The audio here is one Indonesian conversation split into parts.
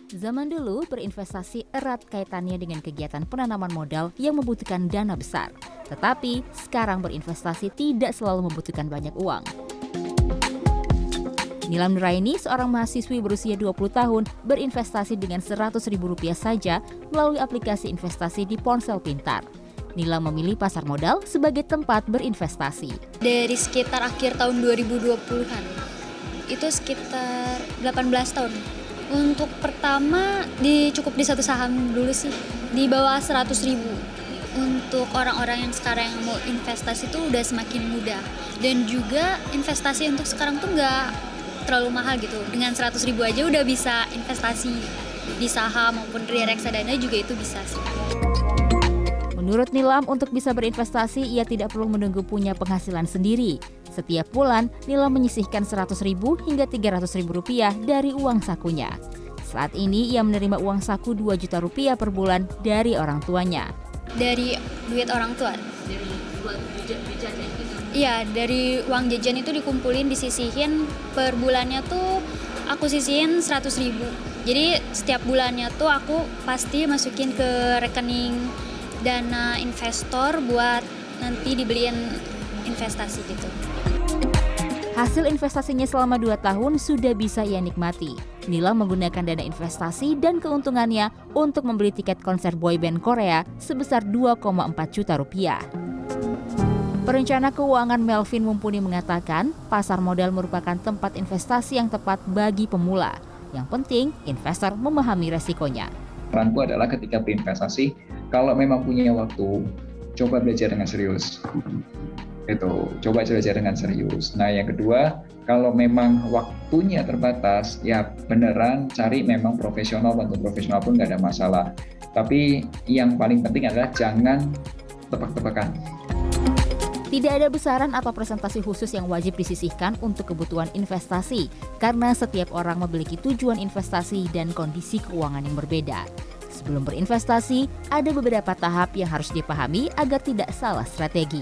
Zaman dulu berinvestasi erat kaitannya dengan kegiatan penanaman modal yang membutuhkan dana besar. Tetapi sekarang berinvestasi tidak selalu membutuhkan banyak uang. Nilam Nuraini, seorang mahasiswi berusia 20 tahun, berinvestasi dengan Rp100.000 saja melalui aplikasi investasi di ponsel pintar. Nilam memilih pasar modal sebagai tempat berinvestasi. Dari sekitar akhir tahun 2020-an, itu sekitar 18 tahun. Untuk pertama cukup di satu saham dulu sih, di bawah 100.000. Untuk orang-orang yang sekarang yang mau investasi itu udah semakin mudah. Dan juga investasi untuk sekarang tuh nggak terlalu mahal gitu. Dengan 100.000 aja udah bisa investasi di saham maupun di reksadana juga itu bisa sih. Menurut Nilam, untuk bisa berinvestasi, ia tidak perlu menunggu punya penghasilan sendiri. Setiap bulan, Nilam menyisihkan Rp100.000 hingga Rp300.000 dari uang sakunya. Saat ini, ia menerima uang saku Rp2 juta per bulan dari orang tuanya. Dari duit orang tua? Dari buat jajan gitu? Iya, dari uang jajan itu dikumpulin, disisihin per bulannya tuh aku sisihin 100.000. Jadi setiap bulannya tuh aku pasti masukin ke rekening dana investor buat nanti dibeliin investasi gitu. Hasil investasinya selama 2 tahun sudah bisa ia nikmati. Nilam menggunakan dana investasi dan keuntungannya untuk membeli tiket konser boyband Korea sebesar Rp2,4 juta. Perencana keuangan Melvin Mumpuni mengatakan, pasar modal merupakan tempat investasi yang tepat bagi pemula. Yang penting, investor memahami resikonya. Saranku adalah ketika berinvestasi, kalau memang punya waktu, coba belajar dengan serius. Coba belajar dengan serius. Nah, yang kedua, kalau memang waktunya terbatas, ya beneran cari memang profesional, bantu profesional pun nggak ada masalah. Tapi yang paling penting adalah jangan tebak-tebakan. Tidak ada besaran atau presentasi khusus yang wajib disisihkan untuk kebutuhan investasi, karena setiap orang memiliki tujuan investasi dan kondisi keuangan yang berbeda. Sebelum berinvestasi, ada beberapa tahap yang harus dipahami agar tidak salah strategi.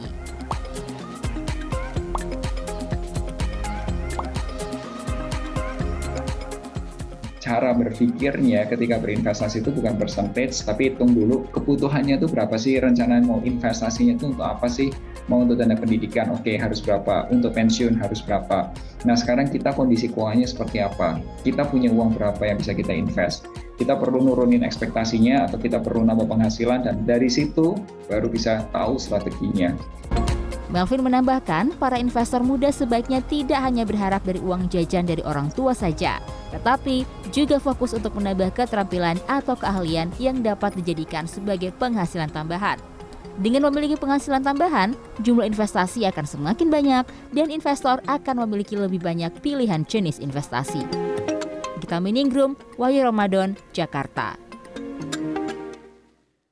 Cara berpikirnya ketika berinvestasi itu bukan percentage, tapi hitung dulu kebutuhannya itu berapa sih, rencana mau investasinya itu untuk apa sih, mau untuk dana pendidikan, oke harus berapa, untuk pensiun harus berapa. Nah sekarang kita kondisi keuangannya seperti apa, kita punya uang berapa yang bisa kita invest, kita perlu nurunin ekspektasinya atau kita perlu nambah penghasilan, dan dari situ baru bisa tahu strateginya. Melvin menambahkan, para investor muda sebaiknya tidak hanya berharap dari uang jajan dari orang tua saja, tetapi juga fokus untuk menambah keterampilan atau keahlian yang dapat dijadikan sebagai penghasilan tambahan. Dengan memiliki penghasilan tambahan, jumlah investasi akan semakin banyak dan investor akan memiliki lebih banyak pilihan jenis investasi. Gita Miningrum, Wahyu Ramadan, Jakarta.